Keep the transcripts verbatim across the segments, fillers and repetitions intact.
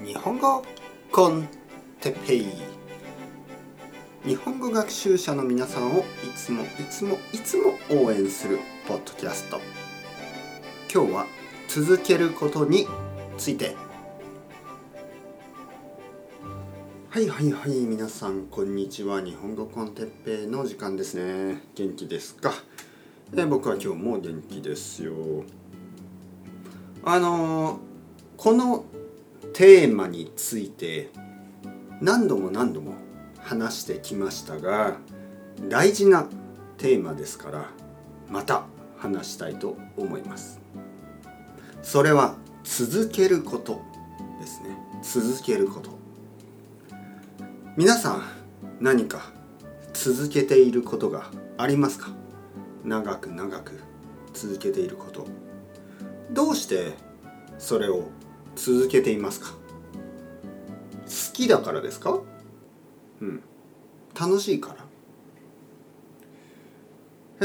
日本語コンテッペイ。日本語学習者の皆さんをいつもいつもいつも応援するポッドキャスト。今日は続けることについて。はいはいはい、皆さんこんにちは。日本語コンテッペイの時間ですね。元気ですか？え僕は今日も元気ですよ。あのー、このテーマについて何度も何度も話してきましたが、大事なテーマですからまた話したいと思います。それは続けることですね。続けること。皆さん何か続けていることがありますか？長く長く続けていること。どうしてそれを続けていますか？好きだからですか？うん。楽しいから。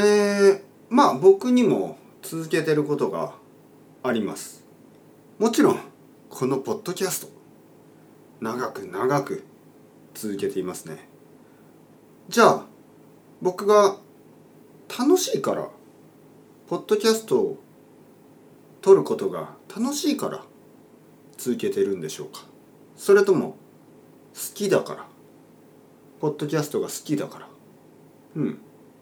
えー、まあ僕にも続けてることがあります。もちろんこのポッドキャスト長く長く続けていますね。じゃあ僕が楽しいからポッドキャストを撮ることが楽しいから続けてるんでしょうか？それとも好きだから、ポッドキャストが好きだから。うん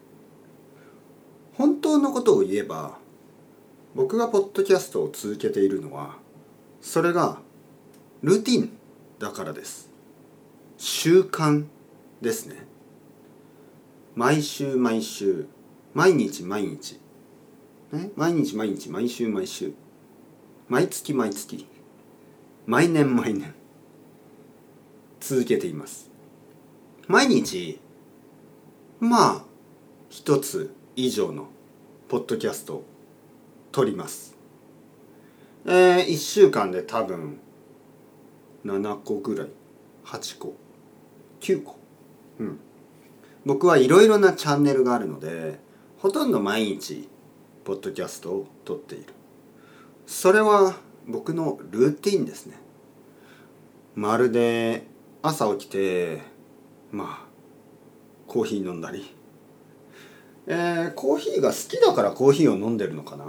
本当のことを言えば、僕がポッドキャストを続けているのはそれがルーティンだからです。習慣ですね。毎週毎週、毎日毎日、ね、毎日毎日、毎週毎週、毎月毎月、毎年毎年続けています。毎日まあ一つ以上のポッドキャストを撮ります。えー、いっしゅうかんで多分ななこぐらい、はちこ、きゅうこ。うん。僕はいろいろなチャンネルがあるので、ほとんど毎日ポッドキャストを撮っている。それは僕のルーティンですね。まるで朝起きてまあコーヒー飲んだり、えー、コーヒーが好きだからコーヒーを飲んでるのかな。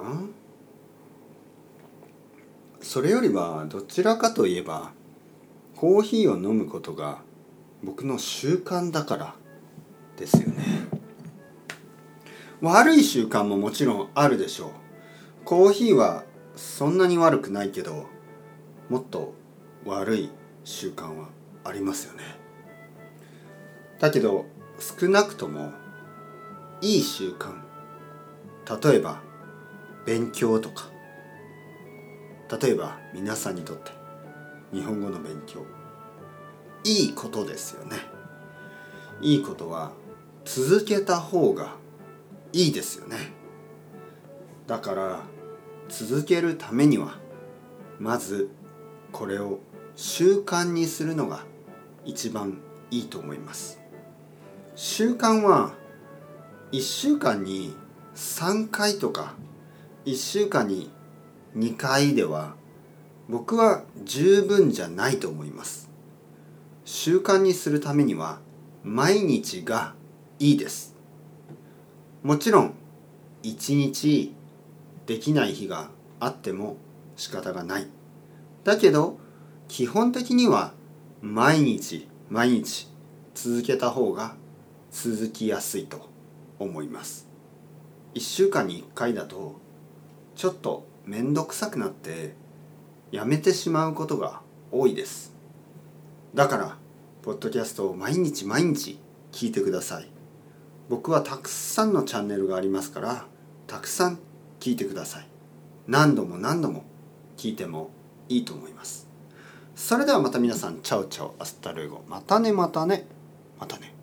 それよりはどちらかといえばコーヒーを飲むことが僕の習慣だからですよね。悪い習慣ももちろんあるでしょう。コーヒーはそんなに悪くないけど、もっと悪い習慣はありますよね。だけど少なくともいい習慣、例えば勉強とか、例えば皆さんにとって日本語の勉強、いいことですよね。いいことは続けた方がいいですよね。だから続けるためにはまずこれを習慣にするのが一番いいと思います。習慣はいっしゅうかんにさんかいとかいっしゅうかんににかいでは僕は十分じゃないと思います。習慣にするためには毎日がいいです。もちろんいちにちできない日があっても仕方がない。だけど基本的には毎日毎日続けた方が続きやすいと思います。いっしゅうかんにいっかいだとちょっとめんどくさくなってやめてしまうことが多いです。だからポッドキャストを毎日毎日聞いてください。僕はたくさんのチャンネルがありますからたくさん聞いてください。何度も何度も聞いてもいいと思います。それではまた皆さん、チャオチャオ、アスタルエゴ、またねまたねまたね。